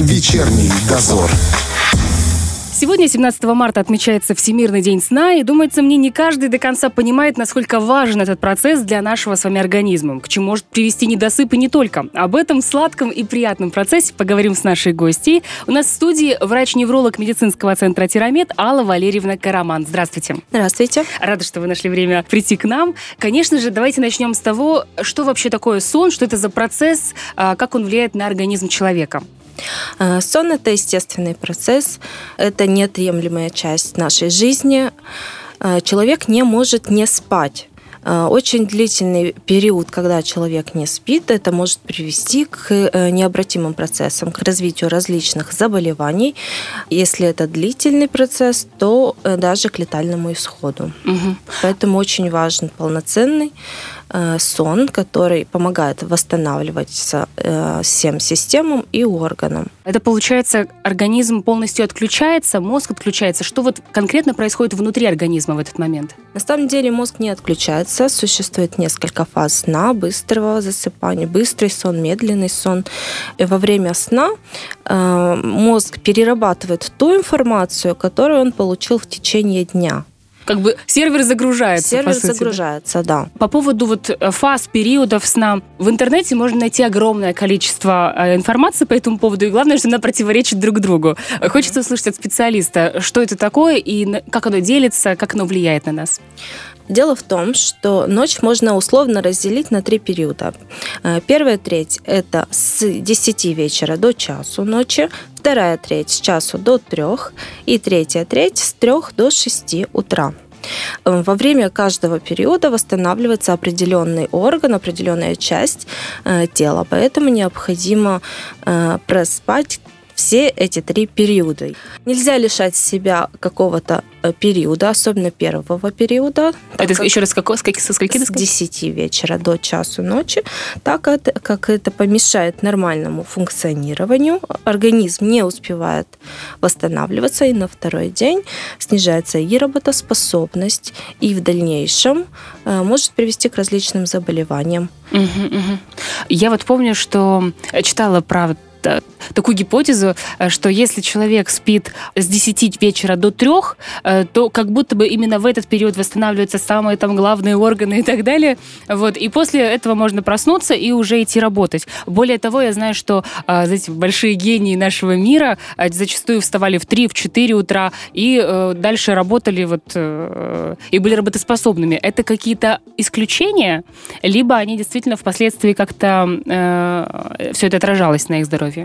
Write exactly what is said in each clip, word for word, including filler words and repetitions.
Вечерний дозор. Сегодня, семнадцатого марта, отмечается Всемирный день сна, и, думается мне, не каждый до конца понимает, насколько важен этот процесс для нашего с вами организма, к чему может привести недосып и не только. Об этом сладком и приятном процессе поговорим с нашей гостьей. У нас в студии врач-невролог медицинского центра «Тирамед» Алла Валерьевна Караман. Здравствуйте. Здравствуйте. Рада, что вы нашли время прийти к нам. Конечно же, давайте начнем с того, что вообще такое сон, что это за процесс, как он влияет на организм человека. Сон – это естественный процесс, это неотъемлемая часть нашей жизни. Человек не может не спать. Очень длительный период, когда человек не спит, это может привести к необратимым процессам, к развитию различных заболеваний. Если это длительный процесс, то даже к летальному исходу. Угу. Поэтому очень важен полноценный сон, который помогает восстанавливаться всем системам и органам. Это получается, организм полностью отключается, мозг отключается. Что вот конкретно происходит внутри организма в этот момент? На самом деле мозг не отключается. Существует несколько фаз сна, быстрого засыпания, быстрый сон, медленный сон. И во время сна мозг перерабатывает ту информацию, которую он получил в течение дня. Как бы сервер загружается, Сервер по сути, загружается, да? да. По поводу вот фаз, периодов сна. В интернете можно найти огромное количество информации по этому поводу, и главное, что она противоречит друг другу. Uh-huh. Хочется услышать от специалиста, что это такое и как оно делится, как оно влияет на нас. Дело в том, что ночь можно условно разделить на три периода. Первая треть – это с десяти вечера до часу ночи, вторая треть – с часу до трех, и третья треть – с трех до шести утра. Во время каждого периода восстанавливается определенный орган, определенная часть тела, поэтому необходимо проспать все эти три периода. Нельзя лишать себя какого-то периода, особенно первого периода. Это как, еще раз, какого, со скольки до скольки? С десяти вечера до часу ночи, так как это помешает нормальному функционированию. Организм не успевает восстанавливаться, и на второй день снижается и работоспособность, и в дальнейшем может привести к различным заболеваниям. Угу, угу. Я вот помню, что читала про такую гипотезу, что если человек спит с десяти вечера до трех, то как будто бы именно в этот период восстанавливаются самые там главные органы и так далее. Вот. И после этого можно проснуться и уже идти работать. Более того, я знаю, что эти большие гении нашего мира зачастую вставали в три, в четыре утра и дальше работали вот, и были работоспособными. Это какие-то исключения, либо они действительно впоследствии как-то э, все это отражалось на их здоровье?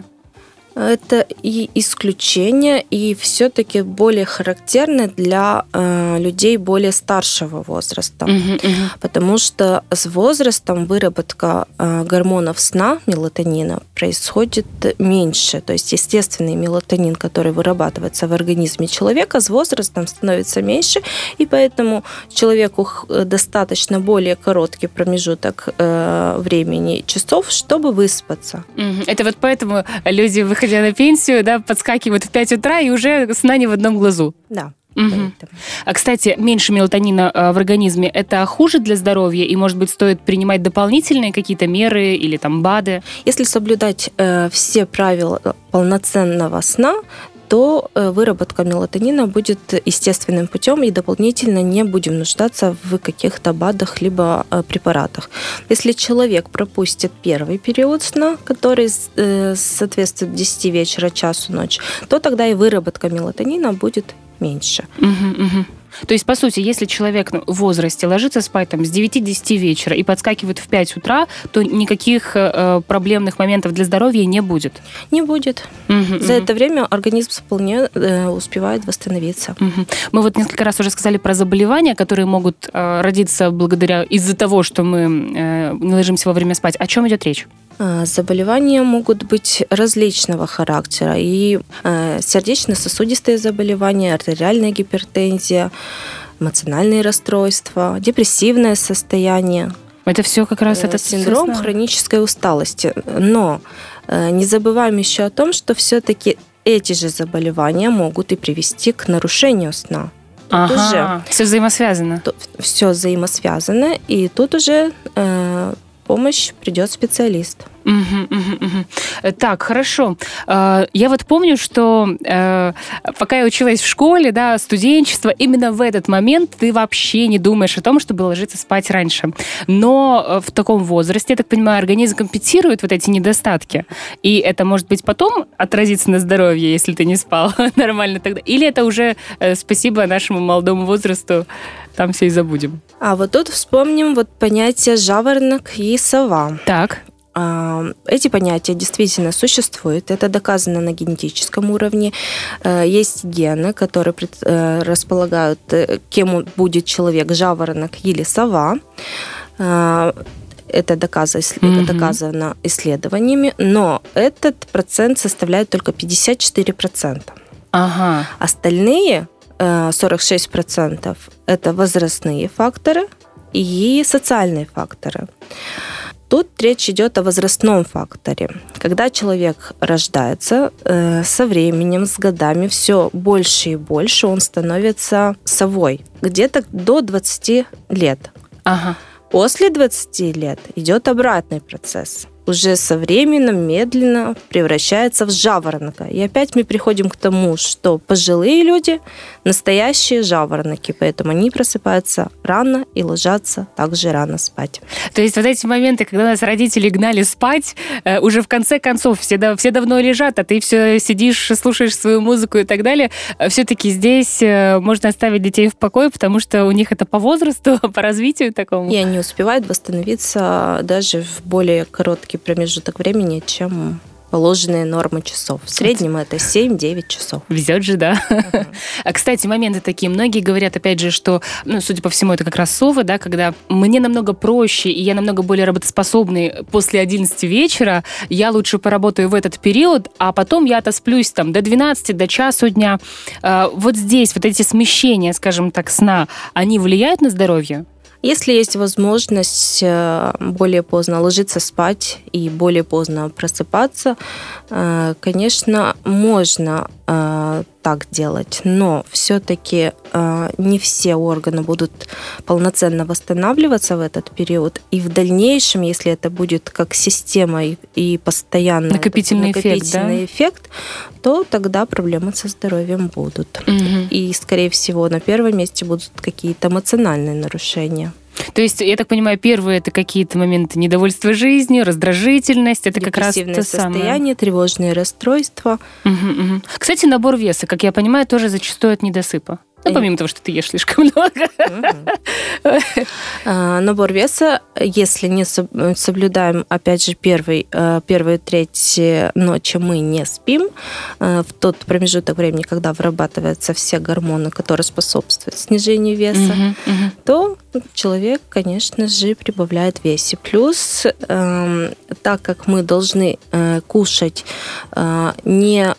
Это и исключение, и все-таки более характерно для э, людей более старшего возраста. Uh-huh, uh-huh. Потому что с возрастом выработка э, гормонов сна, мелатонина, происходит меньше. То есть естественный мелатонин, который вырабатывается в организме человека, с возрастом становится меньше, и поэтому человеку достаточно более короткий промежуток э, времени, часов, чтобы выспаться. Uh-huh. Это вот поэтому люди выходят выходя на пенсию, да, подскакивают в пять утра и уже сна не в одном глазу. Да. Угу. А, кстати, меньше мелатонина в организме – это хуже для здоровья? И, может быть, стоит принимать дополнительные какие-то меры или там БАДы? Если соблюдать э, все правила полноценного сна, то выработка мелатонина будет естественным путем, и дополнительно не будем нуждаться в каких-то БАДах либо препаратах. Если человек пропустит первый период сна, который соответствует десяти вечера, часу ночи, то тогда и выработка мелатонина будет меньше. Угу, угу. То есть, по сути, если человек в возрасте ложится спать там, с девяти-десяти вечера и подскакивает в пять утра, то никаких э, проблемных моментов для здоровья не будет? Не будет. Угу, За угу. это время организм вполне э, успевает восстановиться. Угу. Мы вот несколько раз уже сказали про заболевания, которые могут э, родиться благодаря из-за того, что мы э, не ложимся во время спать. О чем идет речь? Заболевания могут быть различного характера. И сердечно-сосудистые заболевания, артериальная гипертензия, эмоциональные расстройства, депрессивное состояние. Это все как раз этот синдром состояние. Хронической усталости. Но не забываем еще о том, что все-таки эти же заболевания могут и привести к нарушению сна. Тут ага, уже все взаимосвязано. Все взаимосвязано, и тут уже э, помощь, придет специалист. Угу, угу, угу. Так, хорошо. Я вот помню, что пока я училась в школе, да, студенчество, именно в этот момент ты вообще не думаешь о том, чтобы ложиться спать раньше. Но в таком возрасте, я так понимаю, организм компенсирует вот эти недостатки. И это, может быть, потом отразится на здоровье, если ты не спал нормально тогда. Или это уже спасибо нашему молодому возрасту, там все и забудем. А вот тут вспомним вот понятие жаворонок и сова. Так. Эти понятия действительно существуют, это доказано на генетическом уровне. Есть гены, которые располагают, кем будет человек, жаворонок или сова. Это доказано, mm-hmm. это доказано исследованиями, но этот процент составляет только пятьдесят четыре процента. Ага. Остальные сорок шесть процентов это возрастные факторы и социальные факторы. Тут речь идет о возрастном факторе. Когда человек рождается, э, со временем, с годами, все больше и больше он становится совой. Где-то до двадцати лет. Ага. После двадцати лет идет обратный процесс. Уже со временем медленно превращается в жаворонка. И опять мы приходим к тому, что пожилые люди – настоящие жаворонки, поэтому они просыпаются рано и ложатся также рано спать. То есть вот эти моменты, когда нас родители гнали спать, уже в конце концов все, все давно лежат, а ты все сидишь, слушаешь свою музыку и так далее, все-таки здесь можно оставить детей в покое, потому что у них это по возрасту, по развитию такому. И они успевают восстановиться даже в более короткий промежуток времени, чем положенные нормы часов. В среднем это семь-девять часов. Везет же, да? Uh-huh. А, кстати, моменты такие. Многие говорят, опять же, что, ну, судя по всему, это как раз совы, да, когда мне намного проще, и я намного более работоспособный после одиннадцати вечера, я лучше поработаю в этот период, а потом я отосплюсь там до двенадцати, до часу дня. А, вот здесь вот эти смещения, скажем так, сна, они влияют на здоровье? Если есть возможность более поздно ложиться спать и более поздно просыпаться, конечно, можно так делать, но все-таки не все органы будут полноценно восстанавливаться в этот период, и в дальнейшем, если это будет как система и постоянно накопительный, накопительный эффект, эффект, да? то тогда проблемы со здоровьем будут. Угу. И, скорее всего, на первом месте будут какие-то эмоциональные нарушения. То есть, я так понимаю, первые это какие-то моменты недовольства жизнью, раздражительность, это как раз то состояние, самое. Тревожные расстройства. Угу, угу. Кстати, набор веса, как я понимаю, тоже зачастую от недосыпа. Ну, помимо того, что ты ешь слишком много. Набор веса, если не соблюдаем, опять же, первый, первую треть ночи мы не спим, в тот промежуток времени, когда вырабатываются все гормоны, которые способствуют снижению веса, то человек, конечно же, прибавляет в весе. Плюс, так как мы должны кушать не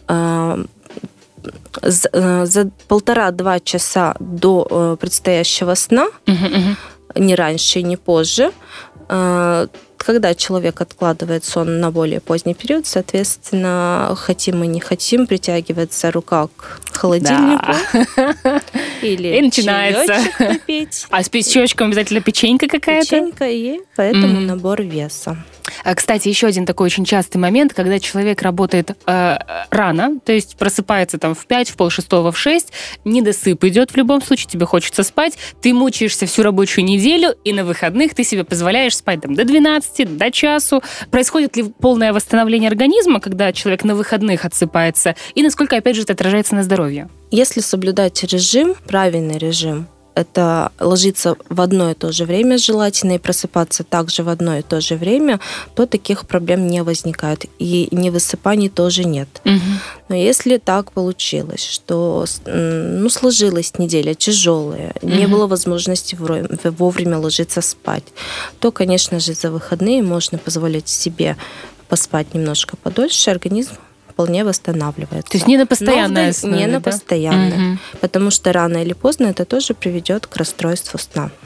за полтора-два часа до предстоящего сна, uh-huh, uh-huh. не раньше и не позже, когда человек откладывает сон на более поздний период, соответственно, хотим мы не хотим, притягивается рука к холодильнику. Да. Или и начинается. Попить. А с чаечком обязательно печенька какая-то? Печенька, и поэтому mm-hmm. набор веса. Кстати, еще один такой очень частый момент, когда человек работает э, рано, то есть просыпается там в пять, в полшестого, в шесть, недосып идет в любом случае, тебе хочется спать, ты мучаешься всю рабочую неделю, и на выходных ты себе позволяешь спать там до двенадцати, до часу. Происходит ли полное восстановление организма, когда человек на выходных отсыпается, и насколько, опять же, это отражается на здоровье? Если соблюдать режим, правильный режим, это ложиться в одно и то же время желательно и просыпаться также в одно и то же время, то таких проблем не возникает. И невысыпаний тоже нет. Угу. Но если так получилось, что ну, сложилась неделя тяжелая, угу. не было возможности вовремя ложиться спать, то, конечно же, за выходные можно позволить себе поспать немножко подольше, организм вполне восстанавливается. То есть не на постоянной основе, Не на да? постоянной. Угу. Потому что рано или поздно это тоже приведет к расстройству сна.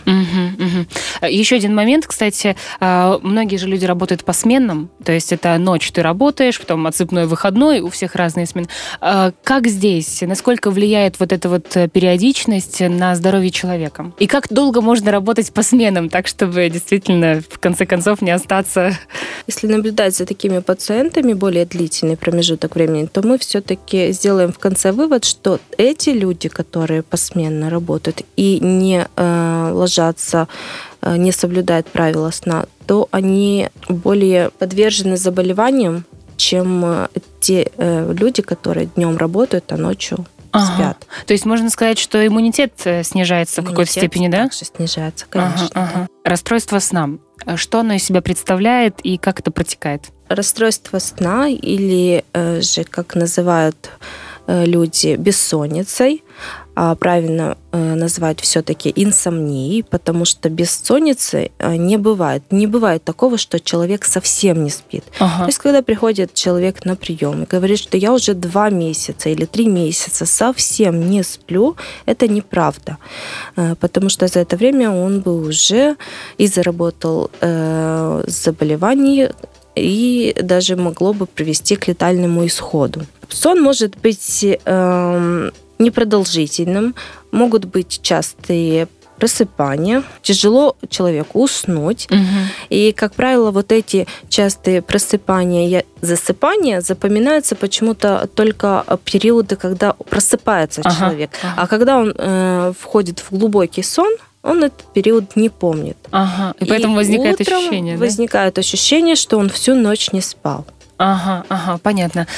Угу, угу. Еще один момент, кстати, многие же люди работают по сменам, то есть это ночь ты работаешь, потом отсыпной выходной, у всех разные смены. Как здесь? Насколько влияет вот эта вот периодичность на здоровье человека? И как долго можно работать по сменам, так чтобы действительно в конце концов не остаться... Если наблюдать за такими пациентами более длительный промежуток времени, то мы все-таки сделаем в конце вывод, что эти люди, которые посменно работают и не э, ложатся, э, не соблюдают правила сна, то они более подвержены заболеваниям, чем те э, люди, которые днем работают, а ночью ага. спят. То есть можно сказать, что иммунитет снижается иммунитет в какой-то степени, да? Также снижается, конечно. Ага, ага. Расстройство сна. Что оно из себя представляет и как это протекает? Расстройство сна или э, же, как называют э, люди, бессонницей, а правильно э, назвать все-таки инсомнией, потому что бессонницы э, не бывает. Не бывает такого, что человек совсем не спит. Ага. То есть, когда приходит человек на прием и говорит, что я уже два месяца или три месяца совсем не сплю, это неправда. Э, потому что за это время он бы уже и заработал э, заболевание, и даже могло бы привести к летальному исходу. Сон может быть э, непродолжительным, могут быть частые просыпания, тяжело человеку уснуть. Угу. И, как правило, вот эти частые просыпания и засыпания запоминаются почему-то только периоды, когда просыпается ага. человек. Ага. А когда он э, входит в глубокий сон, он этот период не помнит. Ага. И поэтому и возникает ощущение, да? возникает ощущение, что он всю ночь не спал. Ага, ага, понятно.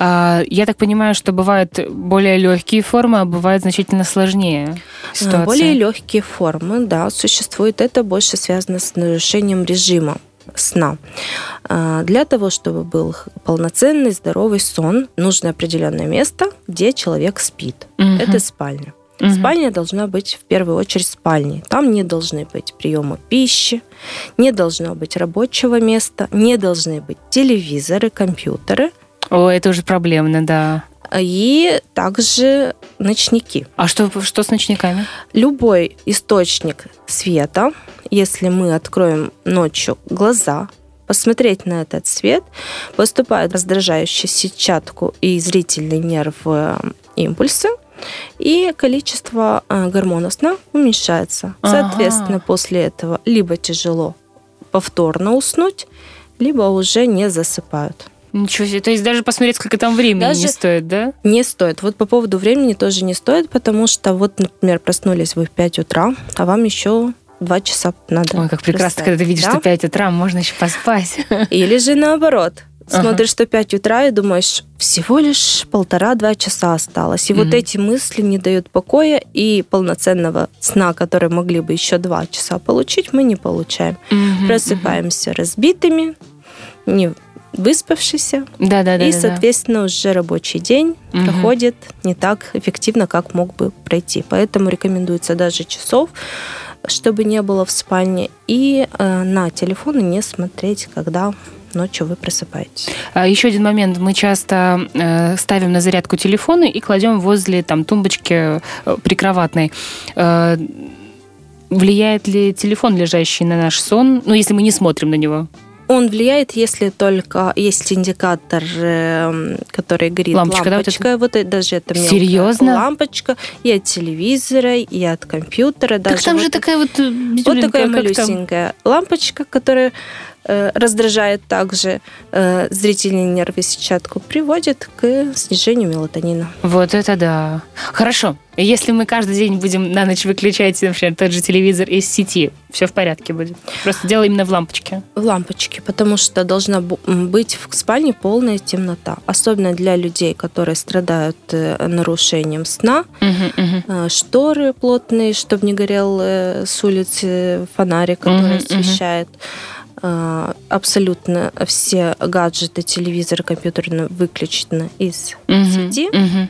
Я так понимаю, что бывают более легкие формы, а бывают значительно сложнее ситуации. Более легкие формы, да, существуют. Это больше связано с нарушением режима сна. Для того, чтобы был полноценный, здоровый сон, нужно определенное место, где человек спит. Угу. Это спальня. Угу. Спальня должна быть в первую очередь спальней. Там не должны быть приемы пищи, не должно быть рабочего места, не должны быть телевизоры, компьютеры. О, это уже проблемно, да. И также ночники. А что, что с ночниками? Любой источник света, если мы откроем ночью глаза, посмотреть на этот свет, поступают раздражающие сетчатку и зрительный нерв импульсы, и количество гормонов сна уменьшается. Соответственно, ага. после этого либо тяжело повторно уснуть, либо уже не засыпают. Ничего себе. То есть даже посмотреть, сколько там времени даже не стоит, да? Не стоит. Вот по поводу времени тоже не стоит, потому что вот, например, проснулись вы в пять утра, а вам еще два часа надо. Ой, как прекрасно, встать, когда ты видишь, да? что пять утра, можно еще поспать. Или же наоборот. Смотришь, ага. что пять утра и думаешь, всего лишь полтора-два часа осталось. И mm-hmm. вот эти мысли не дают покоя, и полноценного сна, который могли бы еще два часа получить, мы не получаем. Mm-hmm. Просыпаемся mm-hmm. разбитыми, не выспавшийся, да, да, да, и, да, соответственно, да. уже рабочий день угу. проходит не так эффективно, как мог бы пройти. Поэтому рекомендуется даже часов, чтобы не было в спальне, и э, на телефоны не смотреть, когда ночью вы просыпаетесь. А еще один момент. Мы часто э, ставим на зарядку телефоны и кладем возле там, тумбочки э, прикроватной. Э, влияет ли телефон, лежащий на наш сон, ну, если мы не смотрим на него? Он влияет, если только есть индикатор, который горит лампочка, лампочка. Да, вот это? Вот даже это мелкая Серьезно? лампочка и от телевизора, и от компьютера. Так даже там вот же такая вот Вот такая малюсенькая там? лампочка, которая э, раздражает также э, зрительные нервы, сетчатку, приводит к снижению мелатонина. Вот это да. Хорошо. Если мы каждый день будем на ночь выключать, например, тот же телевизор из сети, все в порядке будет? Просто дело именно в лампочке? В лампочке, потому что должна быть в спальне полная темнота. Особенно для людей, которые страдают нарушением сна. Uh-huh, uh-huh. Шторы плотные, чтобы не горел с улицы фонарик, который uh-huh, освещает. Uh-huh. Абсолютно все гаджеты, телевизоры, компьютеры выключены из uh-huh, сети. Uh-huh.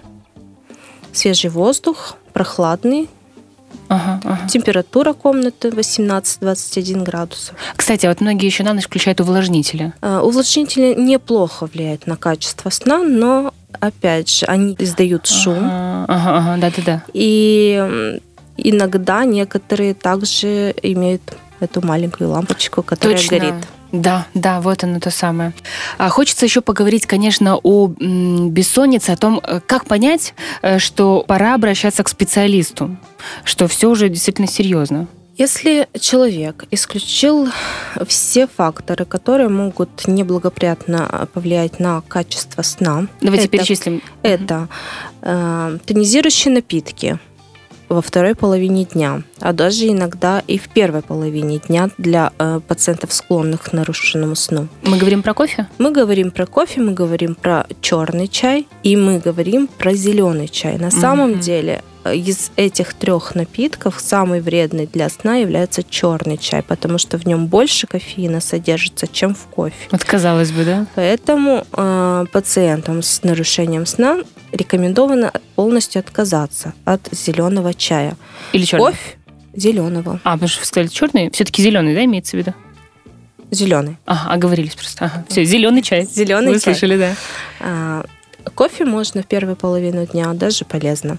Свежий воздух, прохладный. Ага, ага. Температура комнаты восемнадцать-двадцать один градусов. Кстати, вот многие еще на ночь включают увлажнители. Uh, увлажнители неплохо влияют на качество сна, но, опять же, они издают шум. Ага, ага, ага, да-да-да. И иногда некоторые также имеют эту маленькую лампочку, которая Точно. горит. Да, да, вот оно то самое. А хочется еще поговорить, конечно, о м, бессоннице, о том, как понять, что пора обращаться к специалисту, что все уже действительно серьезно. Если человек исключил все факторы, которые могут неблагоприятно повлиять на качество сна, Давайте это, перечислим. Это э, тонизирующие напитки во второй половине дня, а даже иногда и в первой половине дня для э, пациентов, склонных к нарушенному сну. Мы говорим про кофе? Мы говорим про кофе, мы говорим про черный чай и мы говорим про зеленый чай. На mm-hmm. самом деле из этих трех напитков самый вредный для сна является черный чай, потому что в нем больше кофеина содержится, чем в кофе. Вот казалось бы, да? Поэтому э, пациентам с нарушением сна рекомендовано полностью отказаться от зеленого чая. Или черного? Кофе зеленого. А, потому что вы сказали черный, все-таки зеленый, да, имеется в виду? Зеленый. Ага, оговорились просто. Ага. Все, зеленый чай. Зеленый Вы чай. слышали, да? А, кофе можно в первую половину дня, даже полезно.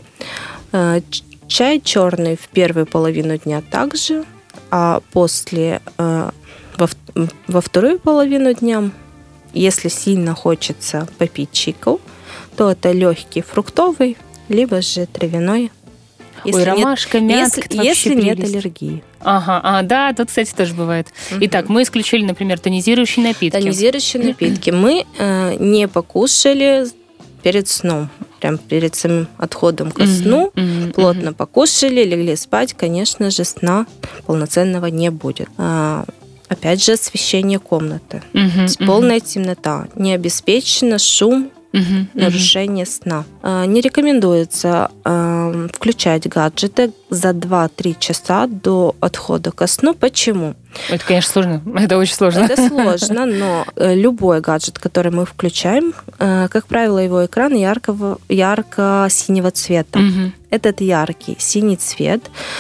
А, чай черный в первую половину дня также, а после а, во, во вторую половину дня, если сильно хочется попить чайку, то это легкий фруктовый, либо же травяной. Если Ой, ромашка, нет, мятка, если, если нет аллергии. Ага, а, да, тут, кстати, тоже бывает. Угу. Итак, мы исключили, например, тонизирующие напитки. Тонизирующие напитки. Мы э, не покушали перед сном, прям перед самим отходом ко сну, mm-hmm. плотно mm-hmm. покушали, легли спать, конечно же, сна полноценного не будет. А, опять же, освещение комнаты. Mm-hmm. Полная mm-hmm. темнота, не обеспечено шум, Uh-huh, нарушение uh-huh. сна. А, не рекомендуется а, включать гаджеты за два-три часа до отхода ко сну. Почему? Это, конечно, сложно. Это очень сложно. Это сложно, но любой гаджет, который мы включаем, как правило, его экран яркого, ярко-синего цвета. Uh-huh. Этот яркий синий цвет,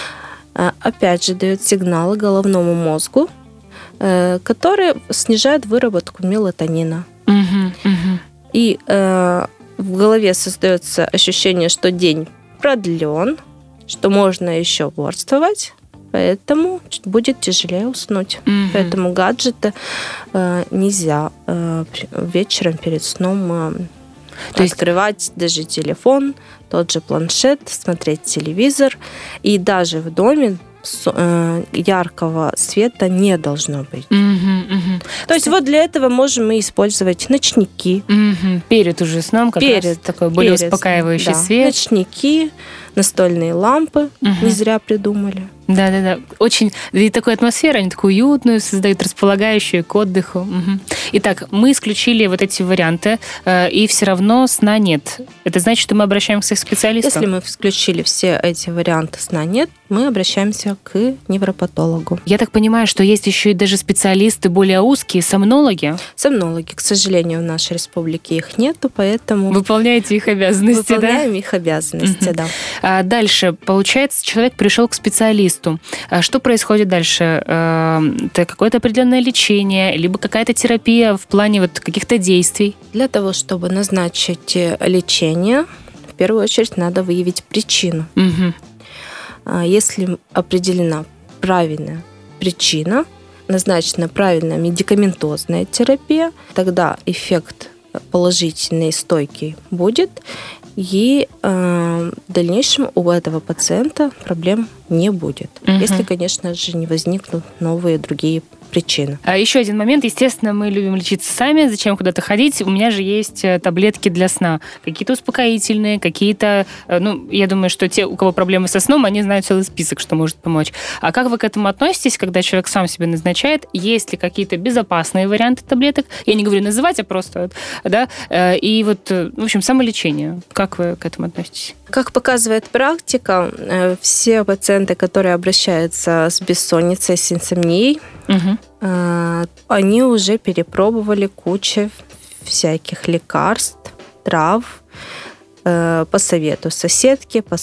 опять же, дает сигналы головному мозгу, который снижает выработку мелатонина. Uh-huh, uh-huh. И э, в голове создается ощущение, что день продлен, что можно еще борствовать, поэтому будет тяжелее уснуть. Mm-hmm. Поэтому гаджеты э, нельзя э, вечером перед сном э, То открывать есть... даже телефон, тот же планшет, смотреть телевизор. И даже в доме яркого света не должно быть. Mm-hmm, mm-hmm. То есть вот для этого можем мы использовать ночники. Mm-hmm. Перед уже сном как перед, раз такой более перед, успокаивающий да. свет. Ночники, настольные лампы mm-hmm. не зря придумали. Да-да-да. Очень и такую атмосферу, они такую уютную создают, располагающую к отдыху. Угу. Итак, мы исключили вот эти варианты, э, и все равно сна нет. Это значит, что мы обращаемся к специалисту? Если мы исключили все эти варианты, сна нет, мы обращаемся к невропатологу. Я так понимаю, что есть еще и даже специалисты более узкие, сомнологи? Сомнологи, к сожалению, в нашей республике их нету, поэтому... Выполняете их обязанности, Выполняем да? Выполняем их обязанности, угу. да. А дальше, получается, человек пришел к специалисту. Что происходит дальше? Это какое-то определенное лечение, либо какая-то терапия в плане вот каких-то действий? Для того, чтобы назначить лечение, в первую очередь надо выявить причину. Угу. Если определена правильная причина, назначена правильная медикаментозная терапия, тогда эффект положительный, стойкий будет, и э, в дальнейшем у этого пациента проблем не будет, угу. если, конечно же, не возникнут новые другие причины. А еще один момент. Естественно, мы любим лечиться сами. Зачем куда-то ходить? У меня же есть таблетки для сна. Какие-то успокоительные, какие-то... Ну, я думаю, что те, у кого проблемы со сном, они знают целый список, что может помочь. А как вы к этому относитесь, когда человек сам себе назначает? Есть ли какие-то безопасные варианты таблеток? Я не говорю называть, а просто... Да? И вот, в общем, самолечение. Как вы к этому относитесь? Как показывает практика, все пациенты, которые обращаются с бессонницей, с инсомнией, угу. они уже перепробовали кучу всяких лекарств, трав, по совету соседки, по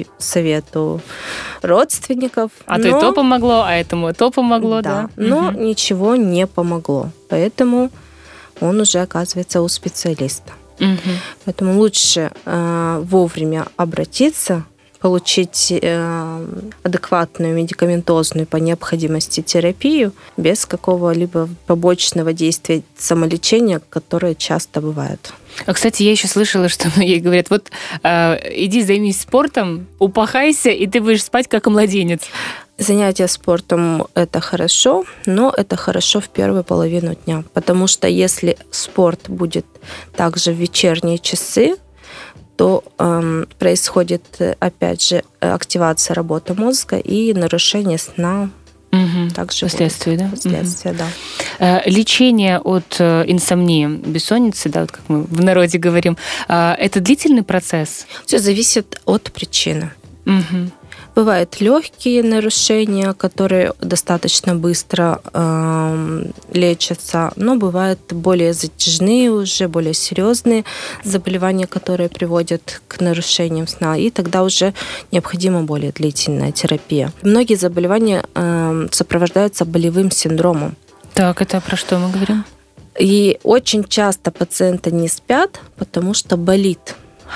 совету родственников. А но... то и то помогло, а этому то помогло, да? Да, но угу. ничего не помогло. Поэтому он уже оказывается у специалиста. Угу. Поэтому лучше э, вовремя обратиться получить адекватную медикаментозную по необходимости терапию без какого-либо побочного действия самолечения, которое часто бывает. А, кстати, я еще слышала, что ей говорят, вот э, иди займись спортом, упахайся, и ты будешь спать как младенец. Занятие спортом – это хорошо, но это хорошо в первую половину дня, потому что если спорт будет также в вечерние часы, то э, происходит, опять же, активация работы мозга и нарушение сна. Угу. Также последствия, да? Последствия, угу. да. Лечение от инсомнии, бессонницы, да, вот как мы в народе говорим, это длительный процесс? Все зависит от причины. Угу. Бывают легкие нарушения, которые достаточно быстро э, лечатся, но бывают более затяжные, уже более серьезные заболевания, которые приводят к нарушениям сна, и тогда уже необходима более длительная терапия. Многие заболевания э, сопровождаются болевым синдромом. Так, это про что мы говорим? И очень часто пациенты не спят, потому что болит.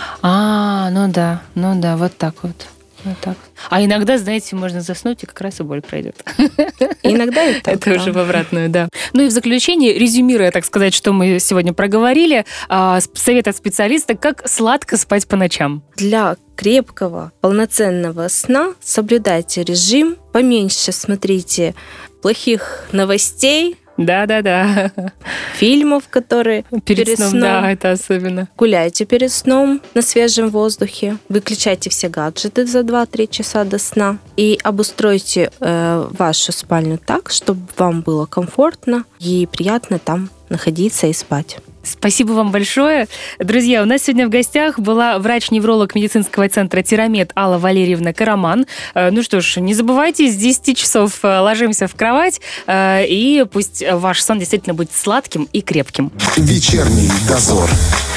А, ну да, ну да, вот так вот. Вот так. А иногда, знаете, можно заснуть, и как раз и боль пройдет. Иногда это Это да. уже в обратную, да. Ну и в заключение, резюмируя, так сказать, что мы сегодня проговорили, совет от специалиста, как сладко спать по ночам. Для крепкого, полноценного сна соблюдайте режим, поменьше смотрите плохих новостей, Да-да-да. фильмов, которые перед, перед сном, сном. Да, это особенно. Гуляйте перед сном на свежем воздухе. Выключайте все гаджеты за два-три часа до сна. И обустройте э, вашу спальню так, чтобы вам было комфортно и приятно там находиться и спать. Спасибо вам большое. Друзья, у нас сегодня в гостях была врач-невролог медицинского центра «Тирамед» Алла Валерьевна Караман. Ну что ж, не забывайте, с десяти часов ложимся в кровать, и пусть ваш сон действительно будет сладким и крепким. Вечерний дозор.